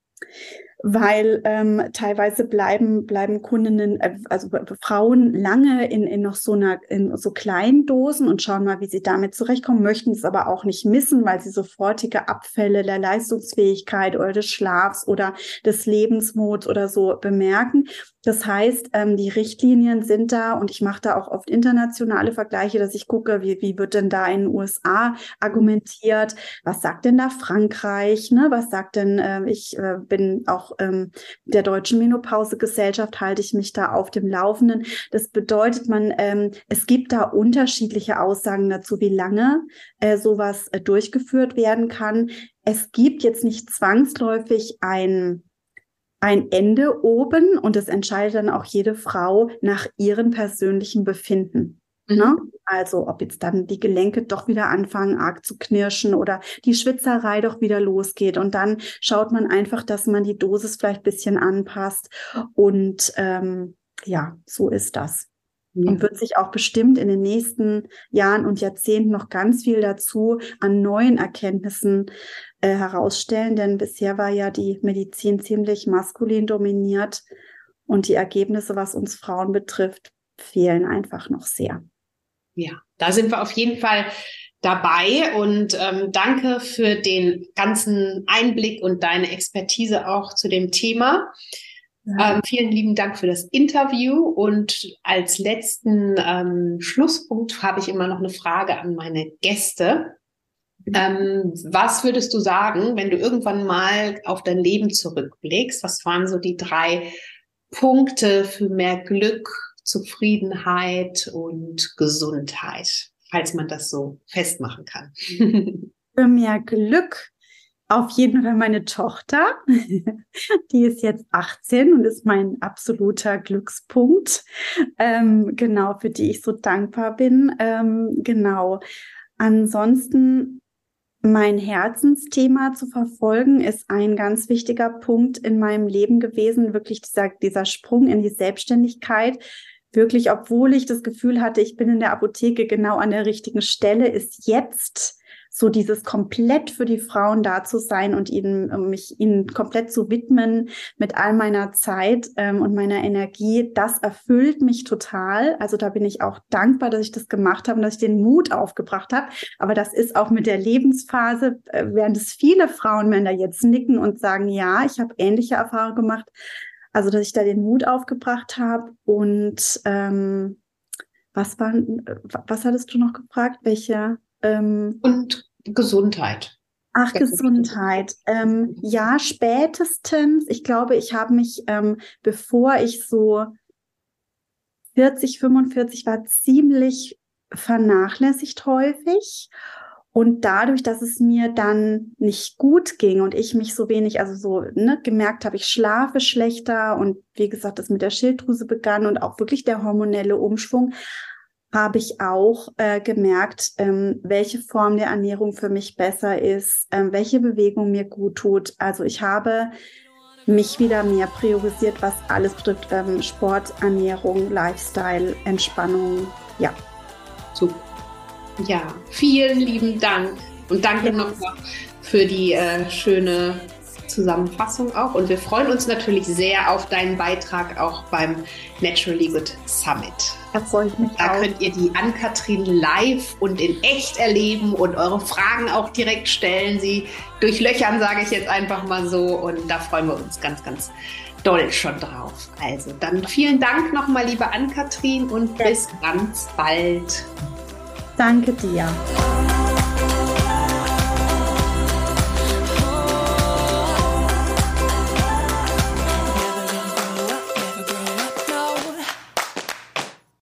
Weil ähm, teilweise bleiben bleiben Kundinnen, äh, also Frauen lange in in noch so einer in so kleinen Dosen und schauen mal, wie sie damit zurechtkommen, möchten es aber auch nicht missen, weil sie sofortige Abfälle der Leistungsfähigkeit oder des Schlafs oder des Lebensmuts oder so bemerken. Das heißt, ähm, die Richtlinien sind da und ich mache da auch oft internationale Vergleiche, dass ich gucke, wie wie wird denn da in den U S A argumentiert, was sagt denn da Frankreich, ne? Was sagt denn, äh, ich äh, bin auch ähm, der Deutschen Menopausegesellschaft, halte ich mich da auf dem Laufenden. Das bedeutet, man, ähm, es gibt da unterschiedliche Aussagen dazu, wie lange äh, sowas äh, durchgeführt werden kann. Es gibt jetzt nicht zwangsläufig ein ein Ende oben und das entscheidet dann auch jede Frau nach ihrem persönlichen Befinden. Mhm. Ne? Also ob jetzt dann die Gelenke doch wieder anfangen arg zu knirschen oder die Schwitzerei doch wieder losgeht und dann schaut man einfach, dass man die Dosis vielleicht ein bisschen anpasst und ähm, ja, so ist das. Ja. Und wird sich auch bestimmt in den nächsten Jahren und Jahrzehnten noch ganz viel dazu an neuen Erkenntnissen äh, herausstellen, denn bisher war ja die Medizin ziemlich maskulin dominiert und die Ergebnisse, was uns Frauen betrifft, fehlen einfach noch sehr. Ja, da sind wir auf jeden Fall dabei und ähm, danke für den ganzen Einblick und deine Expertise auch zu dem Thema. Ja. Ähm, vielen lieben Dank für das Interview und als letzten ähm, Schlusspunkt habe ich immer noch eine Frage an meine Gäste. Ähm, was würdest du sagen, wenn du irgendwann mal auf dein Leben zurückblickst? Was waren so die drei Punkte für mehr Glück, Zufriedenheit und Gesundheit, falls man das so festmachen kann? Für mehr Glück auf jeden Fall meine Tochter. Die ist jetzt achtzehn und ist mein absoluter Glückspunkt. Ähm, genau, für die ich so dankbar bin. Ähm, genau. Ansonsten mein Herzensthema zu verfolgen, ist ein ganz wichtiger Punkt in meinem Leben gewesen. Wirklich dieser, dieser Sprung in die Selbstständigkeit. Wirklich, obwohl ich das Gefühl hatte, ich bin in der Apotheke genau an der richtigen Stelle, ist jetzt so dieses komplett für die Frauen da zu sein und ihnen, mich ihnen komplett zu widmen mit all meiner Zeit ähm, und meiner Energie, das erfüllt mich total. Also da bin ich auch dankbar, dass ich das gemacht habe und dass ich den Mut aufgebracht habe. Aber das ist auch mit der Lebensphase, äh, während es viele Frauen werden da jetzt nicken und sagen, ja, ich habe ähnliche Erfahrungen gemacht. Also, dass ich da den Mut aufgebracht habe und ähm, was war, was hattest du noch gefragt? Welche? Ähm, und Gesundheit. Ach, Gesundheit. Ähm, ja, spätestens. Ich glaube, ich habe mich, ähm, bevor ich so vierzig, fünfundvierzig war, ziemlich vernachlässigt häufig. Und dadurch, dass es mir dann nicht gut ging und ich mich so wenig, also so ne, gemerkt habe, ich schlafe schlechter und wie gesagt, das mit der Schilddrüse begann und auch wirklich der hormonelle Umschwung, habe ich auch äh, gemerkt, ähm, welche Form der Ernährung für mich besser ist, ähm, welche Bewegung mir gut tut. Also ich habe mich wieder mehr priorisiert, was alles betrifft, ähm, Sport, Ernährung, Lifestyle, Entspannung. Ja. Super. Ja, vielen lieben Dank und danke ja. nochmal für die äh, schöne Zusammenfassung auch. Und wir freuen uns natürlich sehr auf deinen Beitrag auch beim Naturally Good Summit. Da freue ich mich Da auch. könnt ihr die Ann-Kathrin live und in echt erleben und eure Fragen auch direkt stellen, sie durchlöchern, sage ich jetzt einfach mal so. Und da freuen wir uns ganz, ganz doll schon drauf. Also dann vielen Dank nochmal, liebe Ann-Kathrin, und ja. bis ganz bald. Danke dir.